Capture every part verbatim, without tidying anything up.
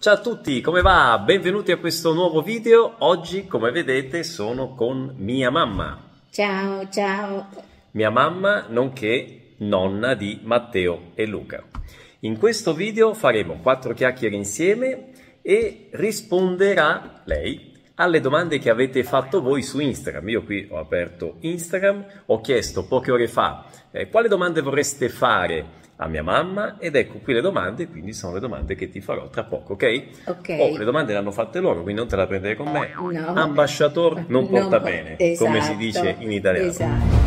Ciao a tutti, come va? Benvenuti a questo nuovo video. Oggi, come vedete, sono con mia mamma. Ciao, ciao. Mia mamma, nonché nonna di Matteo e Luca. In questo video faremo quattro chiacchiere insieme e risponderà lei alle domande che avete fatto voi su Instagram. Io qui ho aperto Instagram, ho chiesto poche ore fa eh, quali domande vorreste fare a mia mamma ed ecco qui le domande, quindi sono le domande che ti farò tra poco, ok? Ok. Oh, le domande le hanno fatte loro, quindi non te la prendere con me. No. Ambasciator non porta Non po- bene, esatto, come si dice in italiano. Esatto.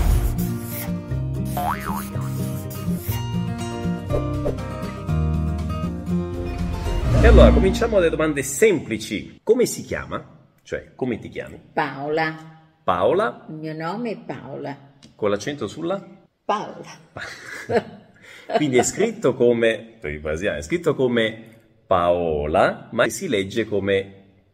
E allora, cominciamo dalle domande semplici. Come si chiama? Cioè, come ti chiami? Paola. Paola, Il mio nome è Paola. con l'accento sulla? Paola. Quindi è scritto come, per i brasiliani, è scritto come Paola, ma si legge come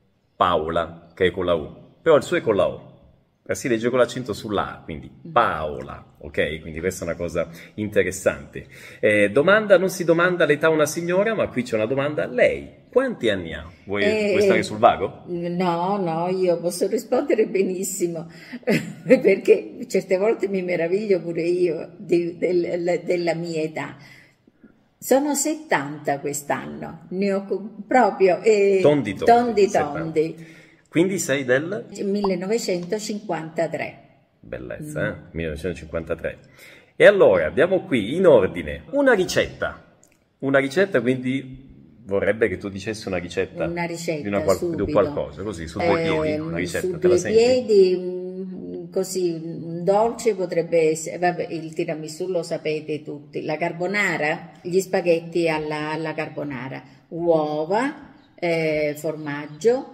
Paola, che è con la U. Però il suo è con la O. Si legge con l'accento sulla A, quindi Paola, ok? Quindi questa è una cosa interessante. Eh, domanda, non si domanda l'età a una signora, ma qui c'è una domanda. Lei, quanti anni ha? Vuoi, Eh, vuoi stare sul vago? No, no, io posso rispondere benissimo, perché certe volte mi meraviglio pure io di- del- della mia età. Sono settanta quest'anno, ne ho co- proprio eh, Tondi tondi. tondi, settanta. tondi. Quindi sei del? millenovecentocinquantatré. Bellezza, eh? millenovecentocinquantatré. E allora, abbiamo qui in ordine una ricetta. Una ricetta, quindi vorrebbe che tu dicessi una ricetta, Una ricetta, di, una qual- subito. di qualcosa, così, su due piedi, Ehm, una ricetta, su te la due senti? piedi, mm, così, un dolce potrebbe essere, vabbè, il tiramisù lo sapete tutti, la carbonara, gli spaghetti alla, alla carbonara, uova, eh, formaggio,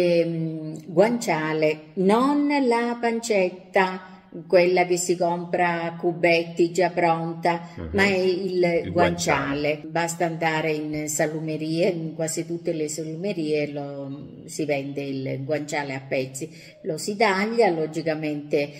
ehm, guanciale, non la pancetta, quella che si compra a cubetti già pronta, Mhm. ma è il, Il guanciale. Basta andare in salumerie, in quasi tutte le salumerie lo- si vende il guanciale a pezzi, lo si taglia logicamente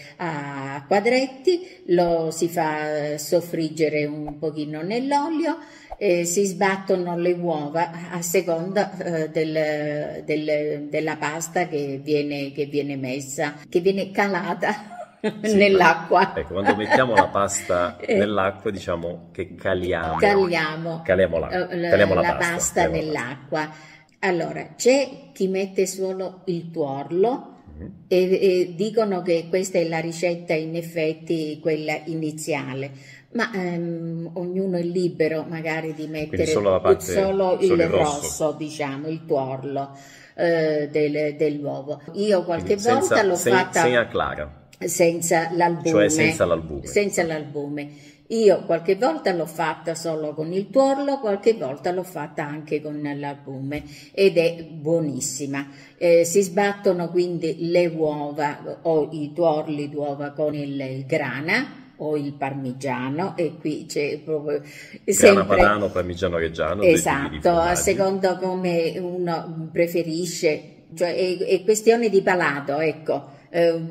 a quadretti, lo si fa soffriggere un pochino nell'olio, eh, si sbattono le uova a seconda eh, del- del- della pasta che viene, che viene messa, che viene calata Sì, nell'acqua. Ecco, quando mettiamo la pasta Eh, nell'acqua, diciamo che caliamo, Caliamo, caliamo la, eh, la- caliamo la la pasta, pasta caliamo la pasta. nell'acqua. Allora, c'è chi mette solo il tuorlo Mhm. e, e dicono che questa è la ricetta, in effetti quella iniziale, ma ehm, ognuno è libero magari di mettere solo la parte- solo il solo il rosso. rosso, diciamo, il tuorlo eh, del- dell'uovo. Io qualche Quindi senza, volta l'ho sen- fatta senza clara, senza l'albume, cioè senza l'albume. senza l'albume. Io qualche volta l'ho fatta solo con il tuorlo, qualche volta l'ho fatta anche con l'albume ed è buonissima. Eh, si sbattono quindi le uova o i tuorli d'uova con il, il grana o il parmigiano e qui c'è proprio Grana sempre padano, parmigiano reggiano, due tipi di esatto, a formaggi. seconda come uno preferisce, cioè è, è questione di palato, ecco. Eh,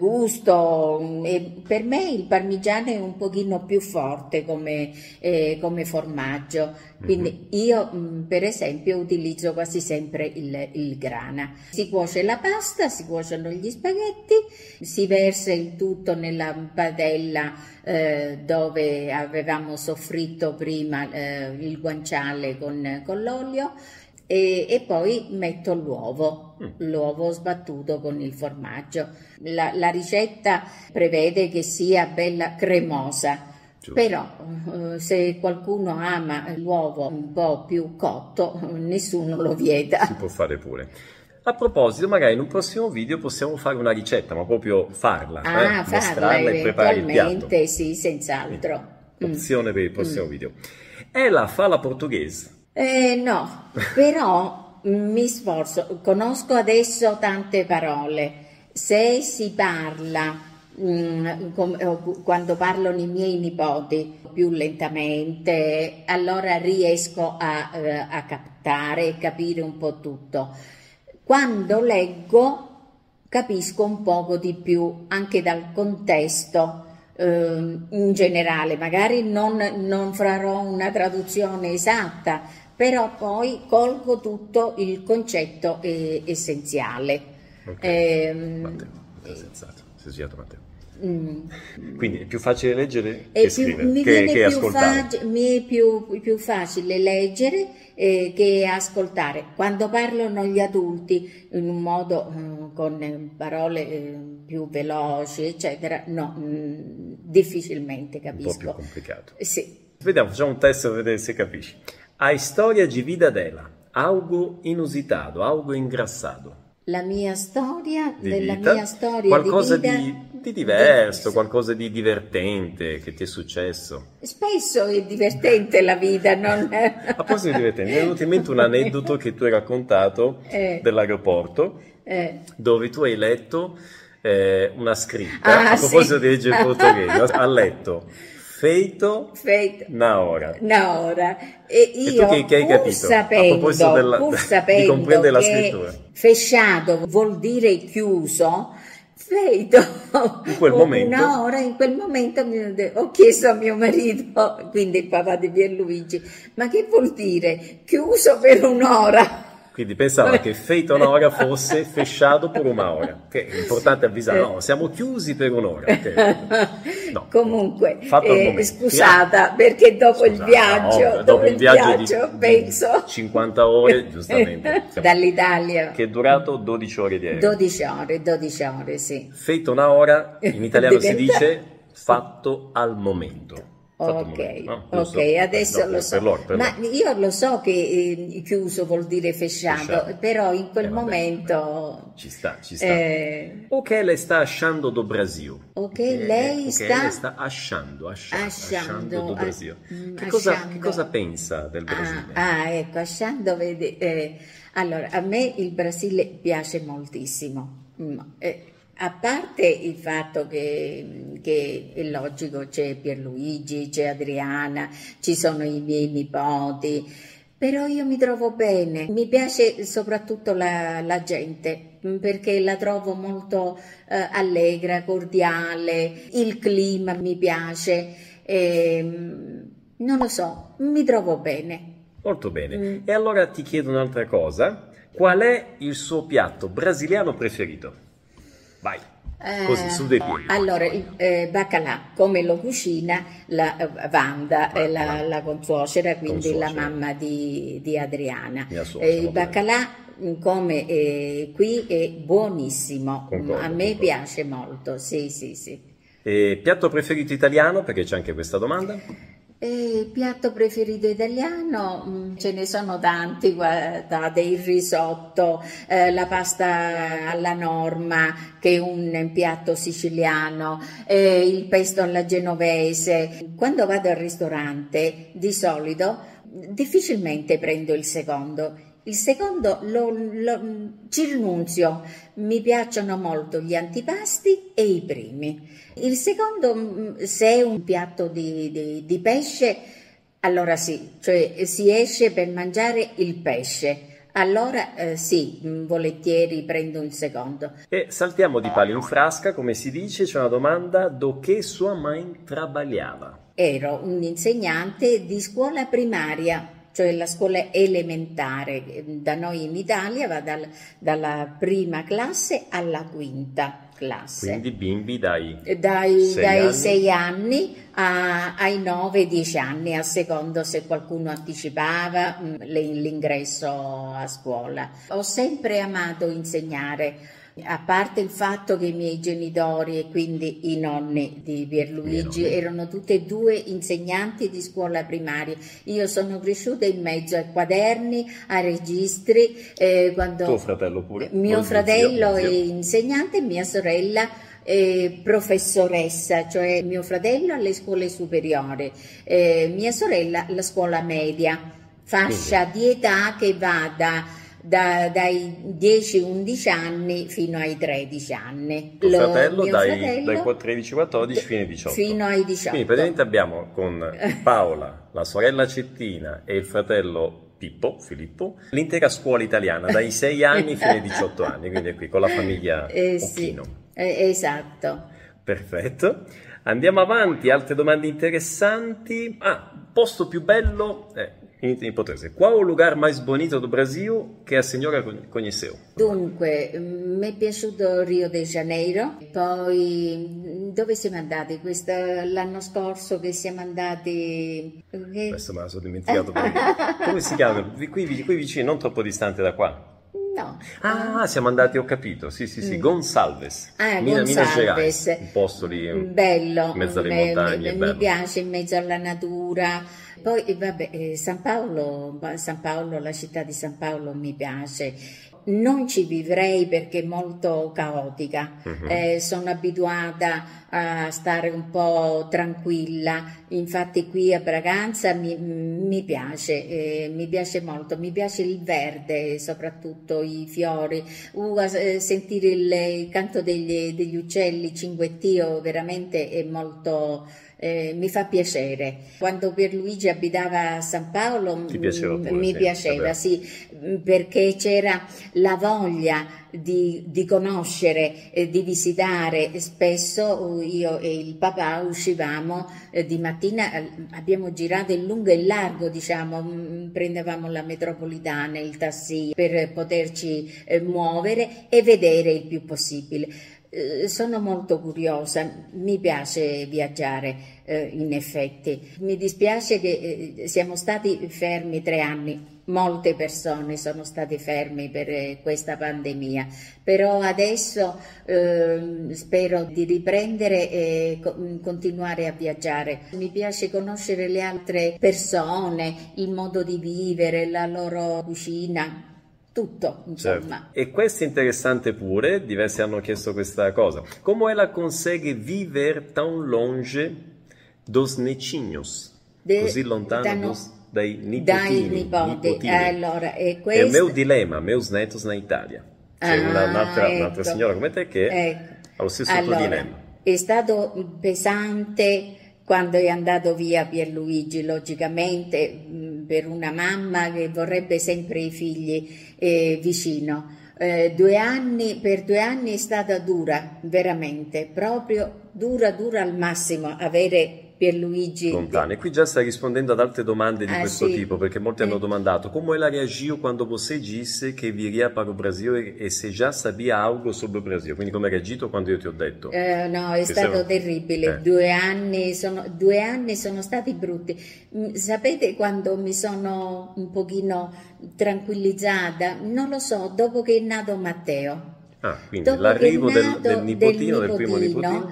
gusto, e per me il parmigiano è un pochino più forte come, eh, come formaggio, quindi io mh, per esempio utilizzo quasi sempre il, il grana. Si cuoce la pasta, si cuociono gli spaghetti, si versa il tutto nella padella eh, dove avevamo soffritto prima eh, il guanciale con, con l'olio. E, e poi metto l'uovo, l'uovo sbattuto con il formaggio. La, la ricetta prevede che sia bella cremosa, Giusto. però eh, se qualcuno ama l'uovo un po' più cotto, nessuno lo Si vieta. può fare pure. A proposito, magari in un prossimo video possiamo fare una ricetta, ma proprio farla, Ah, eh? farla mostrarla e preparare il piatto. eventualmente, sì, senz'altro. Mm. Opzione per il prossimo video. Ella fa la portoghese. Eh, no, però mi sforzo, conosco adesso tante parole. Se si parla, mm, com- eh, quando parlano i miei nipoti più lentamente, allora riesco a, eh, a captare e capire un po' tutto. Quando leggo capisco un poco di più anche dal contesto. In generale, magari non, non farò una traduzione esatta, però poi colgo tutto il concetto eh, essenziale. Okay. Ehm, Matteo, sei sensato, sei sbagliato Matteo. mm, Quindi è più facile leggere È che più- scrivere, mi che, viene che più, ascoltare. faci- mi è più, più facile leggere eh, che ascoltare. Quando parlano gli adulti in un modo eh, con eh, parole eh, più veloci, eccetera, no, mm, difficilmente Un po' più capisco. complicato. Sì. Vediamo, facciamo un test per vedere se capisci. A storia de vida dela, algo inusitato, algo engraçado. La mia storia, Di della vita, mia storia qualcosa di vita, di, di diverso, di- qualcosa di divertente che ti è successo. spesso è divertente la vita, non A proposito di divertente, mi è venuto in mente un aneddoto che tu hai raccontato Eh. dell'aeroporto, eh, dove tu hai letto eh, una scritta, Ah, a proposito sì. di leggere il portoghese, ha letto feito feito. na hora. No, ora, e E io tu che- che hai pur capito? A sapendo, proposito della- pur di sapendo comprendere la che scrittura. fesciato vuol dire chiuso, feito In quel momento. una ora, in quel momento mi- ho chiesto a mio marito, quindi il papà di Pierluigi, ma che vuol dire chiuso per un'ora? Quindi pensava che feito una ora fosse fesciato per una ora. Che è importante avvisare, no, siamo chiusi per un'ora. Che- no. Comunque, Fatto al eh, momento. scusata, perché dopo il Scusate, viaggio, no, dopo dopo il un viaggio, di- viaggio, di, penso, cinquanta ore, giustamente. Siamo- dall'Italia, che è durato dodici ore di aereo. dodici ore, dodici ore, sì. Feito una ora, in italiano si Diventa- dice fatto al momento. Fatto al Ok, momento, no? ok, Giusto? adesso No, lo per so. loro, per Ma loro. io lo so che eh, chiuso vuol dire fesciato, Fesciato. però in quel Eh, vabbè, momento... Ci sta, ci sta. eh, O che lei sta asciando do Brasil. Ok, Eh, lei ok, sta- lei sta asciando, asciando, Asciando, asciando do ah, Brasil. mm, Che cosa, asciando. che cosa pensa del Ah, Brasile? ah, ecco, asciando vede... eh, allora, a me il Brasile piace moltissimo. Mm, eh, a parte il fatto che, che è logico, c'è Pierluigi, c'è Adriana, ci sono i miei nipoti, però io mi trovo bene. Mi piace soprattutto la, la gente, mm, perché la trovo molto eh, allegra, cordiale, il clima mi piace, ehm, non lo so, mi trovo bene. Molto bene. Mm. E allora ti chiedo un'altra cosa. Qual è il suo piatto brasiliano preferito? Vai, così, Eh, su dei piedi. Allora, il eh, baccalà, come lo cucina la eh, Wanda, eh, la, la consuocera, quindi la Consuocera. mamma di, di Adriana. Mia suocera, Eh, il va bene. baccalà, mm, come eh, qui, è buonissimo. Concordo, A me concordo. piace molto, sì, sì, sì. E piatto preferito italiano? Perché c'è anche questa domanda. E il piatto preferito italiano, mm, ce ne sono tanti, guardate, il risotto, eh, la pasta alla norma, che è un piatto siciliano, eh, il pesto alla genovese. Quando vado al ristorante, di solito, difficilmente prendo il secondo. Il secondo lo, lo- ci rinunzio, mi piacciono molto gli antipasti e i primi. Il secondo, mm, se è un piatto di, di- di pesce, allora sì, cioè si esce per mangiare il pesce. Allora eh, sì, mm, volentieri prendo il secondo. E saltiamo di palo in frasca, come si dice, c'è una domanda, do che sua mãe trabalhava? Ero un insegnante di scuola primaria, cioè la scuola elementare. Da noi in Italia va dal- dalla prima classe alla quinta classe. Quindi bimbi dai Dai sei dai anni. sei anni a- ai nove dieci anni, a secondo se qualcuno anticipava mm, le- l'ingresso a scuola. Ho sempre amato insegnare, a parte il fatto che i miei genitori e quindi i nonni di Pierluigi I nonni. erano tutti e due insegnanti di scuola primaria. Io sono cresciuta in mezzo ai quaderni, ai registri, eh, quando Tuo fratello pure? mio O zio, fratello zio? è insegnante, mia sorella è professoressa, cioè mio fratello alle scuole superiori, eh, mia sorella alla scuola media, fascia di età che va da, da- dai dieci undici anni fino ai tredici anni. Tuo Lo- fratello mio dai, fratello dai tredici quattordici fino ai diciotto. fino ai diciotto. Quindi praticamente abbiamo con Paola, la sorella Cettina e il fratello Pippo, Filippo, l'intera scuola italiana dai sei anni fino ai diciotto anni, quindi è qui con la famiglia Eh, sì, Occhino. eh, esatto. Perfetto. Andiamo avanti, altre domande interessanti. Ah, posto più bello, eh, em, em português. Qual o lugar mais bonito do Brasil que a senhora conheceu? Dunque, mi è piaciuto Rio de Janeiro, poi dove siamo andati? Questo, l'anno scorso che siamo andati... Che... Questo me la sono dimenticato. Come si chiama? Qui, qui vicino, non troppo distante da qua. No. Ah, siamo andati, ho capito, sì sì sì, Mm. Gonsalves, Ah, Mina- Minas Gonsalves. Gerais, un posto lì in Bello, mezzo alle me- montagne, me- bello. mi piace in mezzo alla natura. Poi, eh, vabbè, eh, San Paolo, San Paolo, la città di San Paolo mi piace. Non ci vivrei perché è molto caotica. Mhm. Eh, sono abituata a stare un po' tranquilla, infatti qui a Braganza mi, mi piace, eh, mi piace molto, mi piace il verde, soprattutto i fiori, uh, a- eh, sentire il, il canto degli, degli uccelli, cinguettio, veramente è molto... eh, mi fa piacere. Quando Pierluigi abitava a San Paolo Ti piaceva mm, pure, mi sì, è piaceva, vero. sì, mm, perché c'era la voglia di, di conoscere, eh, di visitare. Spesso io e il papà uscivamo eh, di mattina, eh, abbiamo girato in lungo e in largo, diciamo, mm, prendevamo la metropolitana, il taxi per poterci eh, muovere e vedere il più possibile. Eh, Sono molto curiosa, mi piace viaggiare, eh, in effetti. Mi dispiace che eh, siamo stati fermi tre anni. Molte persone sono state ferme per eh, questa pandemia, però adesso ehm, spero di riprendere e co- continuare a viaggiare. Mi piace conoscere le altre persone, il modo di vivere, la loro cucina, tutto, Certo. insomma. E questo è interessante pure, diversi hanno chiesto questa cosa. Come ela consegue viver tão longe dos netinhos? De- Così lontano danno- dos, dai nipotini. Dai nipoti. nipotini. Allora, e È il questo... mio dilemma, meus netos na Italia. C'è Ah, una- un'altra, ecco. un'altra signora come te che Ecco. ha lo stesso tuo Allora, dilemma. è stato pesante quando è andato via Pierluigi, logicamente, mh, per una mamma che vorrebbe sempre i figli eh, vicino. Eh, due anni, per due anni è stata dura, veramente, proprio dura, dura al massimo avere Pierluigi. Lontano. E qui già stai rispondendo ad altre domande di Ah, questo sì. tipo, perché molti Eh. hanno domandato come ela reagiu quando você disse che viria para o Brasil e, e se già sabia algo sobre o Brasil. Quindi come hai reagito quando io ti ho detto? Eh, no, è Che stato siamo- terribile. Eh. Due anni sono, due anni sono stati brutti. Mm, Sapete quando mi sono un pochino tranquillizzata? Non lo so, dopo che è nato Matteo. Ah, quindi Dopo l'arrivo che è del, nato del nipotino, del, primo nipotino, nipotino.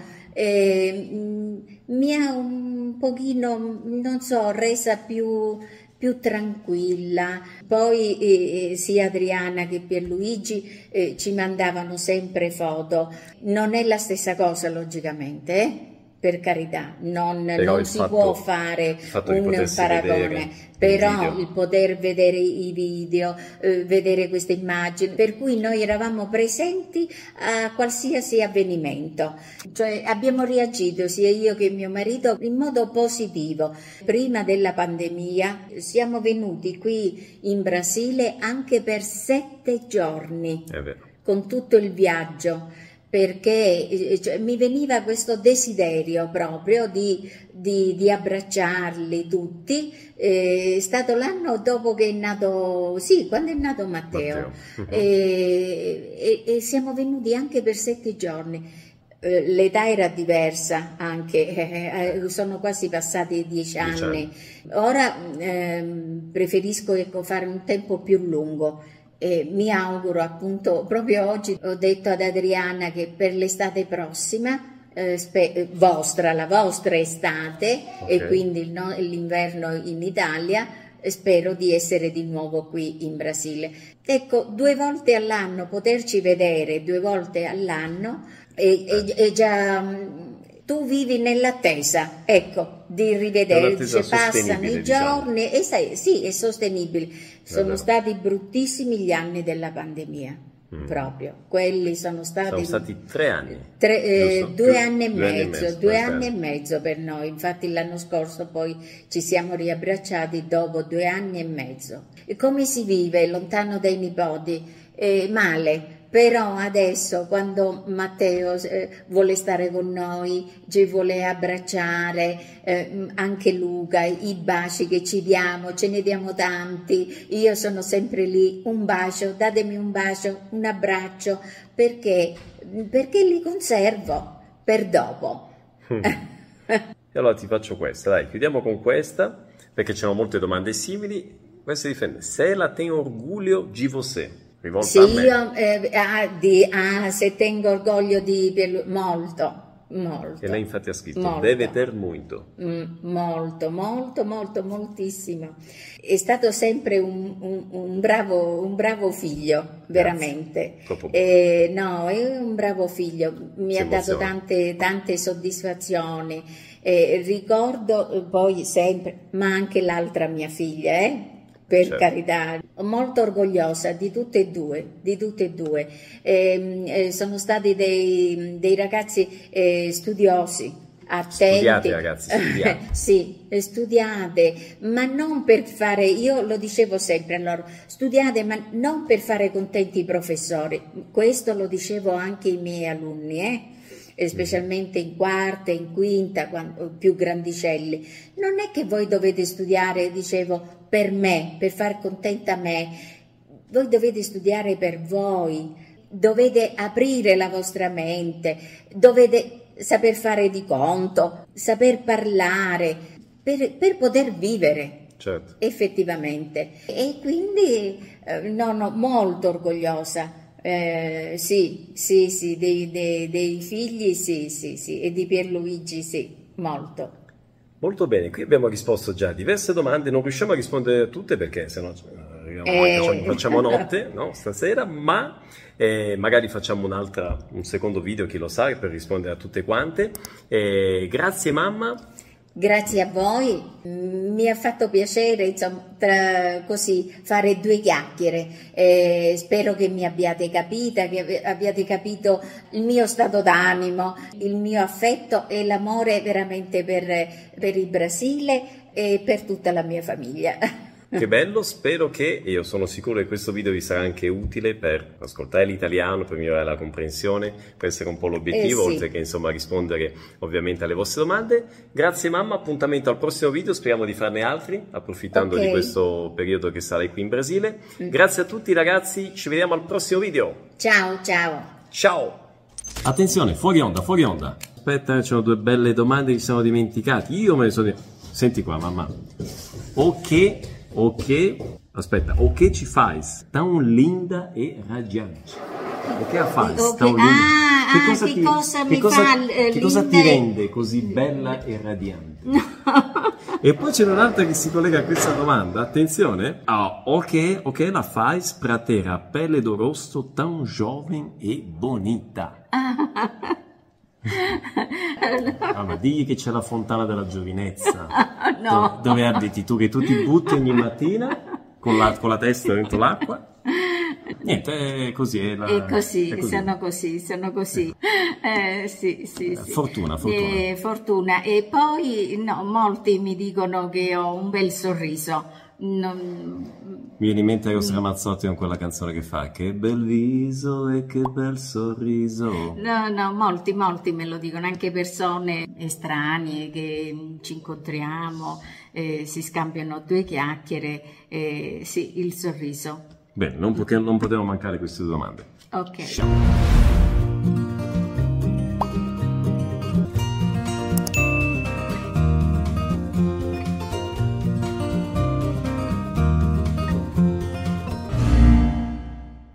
eh, mm, mi ha un pochino, non so, resa più, più tranquilla. Poi eh, eh, sia Adriana che Pierluigi eh, ci mandavano sempre foto. Non è la stessa cosa, logicamente, eh? Per carità, non, Però non il si fatto- può fare il fatto di un potersi paragone, vedere il però video. il poter vedere i video, eh, vedere queste immagini, per cui noi eravamo presenti a qualsiasi avvenimento, cioè abbiamo reagito sia io che mio marito in modo positivo. Prima della pandemia siamo venuti qui in Brasile anche per sette giorni È vero. con tutto il viaggio, perché eh, cioè, mi veniva questo desiderio proprio di, di- di abbracciarli tutti. Eh, È stato l'anno dopo che è nato, sì, quando è nato Matteo, Matteo. Mhm. E, e- e siamo venuti anche per sette giorni. Eh, L'età era diversa anche, eh, eh, sono quasi passati dieci Dieci anni. Ora ehm, preferisco ecco, fare un tempo più lungo. E mi auguro appunto, proprio oggi ho detto ad Adriana che per l'estate prossima, eh, spe- eh, vostra, la vostra estate Ok. e quindi il no- l'inverno in Italia, eh, spero di essere di nuovo qui in Brasile. Ecco, due volte all'anno, poterci vedere due volte all'anno è, è- è già... mm, tu vivi nell'attesa, ecco, di rivederci, Nell'attesa passano sostenibile, i diciamo. giorni e sai, sì, è sostenibile. Sono vero. stati bruttissimi gli anni della pandemia, Mm. proprio. Quelli sono stati, Sono stati tre anni. tre- eh, giusto? due Più- anni e due anni e mezzo, mezzo, due va anni bene. e mezzo per noi. Infatti l'anno scorso poi ci siamo riabbracciati dopo due anni e mezzo. E come si vive lontano dai nipoti? Eh, male, Però adesso quando Matteo eh, vuole stare con noi, ci vuole abbracciare, eh, anche Luca, i baci che ci diamo, ce ne diamo tanti, io sono sempre lì, un bacio, datemi un bacio, un abbraccio, perché, perché li conservo per dopo. Mm. E allora ti faccio questa, dai, chiudiamo con questa, perché c'erano molte domande simili. Questa difende, se ela tem orgulho di você. Sì, io, eh, ah, di, ah, se tengo orgoglio di Pierlu- molto, molto. E lei infatti ha scritto, molto. deve ter molto. Mm, molto, molto, molto, moltissimo. È stato sempre un, un, un, bravo, un bravo figlio, veramente. Eh, no, è un bravo figlio, mi si ha emoziona. dato tante, tante soddisfazioni. Eh, ricordo poi sempre, ma anche l'altra mia figlia, eh? Per certo. carità, molto orgogliosa di tutte e due, di tutte e due. Eh, eh, sono stati dei, dei ragazzi eh, studiosi, attenti. Studiate ragazzi, studiate. Sì, studiate, ma non per fare, io lo dicevo sempre a loro, studiate ma non per fare contenti i professori, questo lo dicevo anche ai miei alunni, eh? specialmente in quarta, in quinta, quando, più grandicelli. Non è che voi dovete studiare, dicevo, per me, per far contenta me, voi dovete studiare per voi, dovete aprire la vostra mente, dovete saper fare di conto, saper parlare, per, per poter vivere. Certo. Effettivamente. E quindi eh, no, no, molto orgogliosa. Eh, sì, sì, sì, dei, dei, dei figli, sì, sì, sì, e di Pierluigi, sì, molto. Molto bene, qui abbiamo risposto già a diverse domande, non riusciamo a rispondere a tutte perché sennò eh... facciamo, facciamo notte, no, stasera, ma eh, magari facciamo un'altra, un secondo video, chi lo sa, per rispondere a tutte quante. Eh, grazie mamma. Grazie a voi, mi ha fatto piacere insomma, tra, così fare due chiacchiere, eh, spero che mi abbiate capita, che abbiate capito il mio stato d'animo, il mio affetto e l'amore veramente per, per il Brasile e per tutta la mia famiglia. Che bello, spero che, e io sono sicuro che questo video vi sarà anche utile per ascoltare l'italiano, per migliorare la comprensione, per essere un po' l'obiettivo, eh sì. oltre che insomma rispondere ovviamente alle vostre domande. Grazie mamma, appuntamento al prossimo video, speriamo di farne altri, approfittando okay. di questo periodo che sarai qui in Brasile. Mm. Grazie a tutti ragazzi, ci vediamo al prossimo video. Ciao, ciao. Ciao. Attenzione, fuori onda, fuori onda. Aspetta, c'erano due belle domande che ci siamo dimenticati, io me ne sono... Senti qua mamma. Ok. O che, aspetta, o che ci faz tão linda e radiante? O che faz okay. tão linda? Ah, che cosa, ah, ti, che cosa che mi cosa, fa che linda cosa ti rende così bella e radiante? No. E poi c'è un'altra che si collega a questa domanda, attenzione. Ah, o che, o che la faz pra ter a pele do rosto tão jovem e bonita? Ah, ma digli che c'è la fontana della giovinezza. No. Dove abiti tu che tu ti butti ogni mattina con la, con la testa dentro l'acqua? Niente, è così. È, la, è così, è così. sono così, sono così. Eh, sì, sì, sì. Fortuna, fortuna. Eh, fortuna. E poi, no, molti mi dicono che ho un bel sorriso. Non... Mi viene in mente Eros Ramazzotti con quella canzone che fa che bel viso e che bel sorriso. No, no, molti, molti me lo dicono, anche persone estranee che ci incontriamo, eh, si scambiano due chiacchiere, eh, sì, il sorriso. Bene, non, non potevano mancare queste due domande. Ok. Ciao.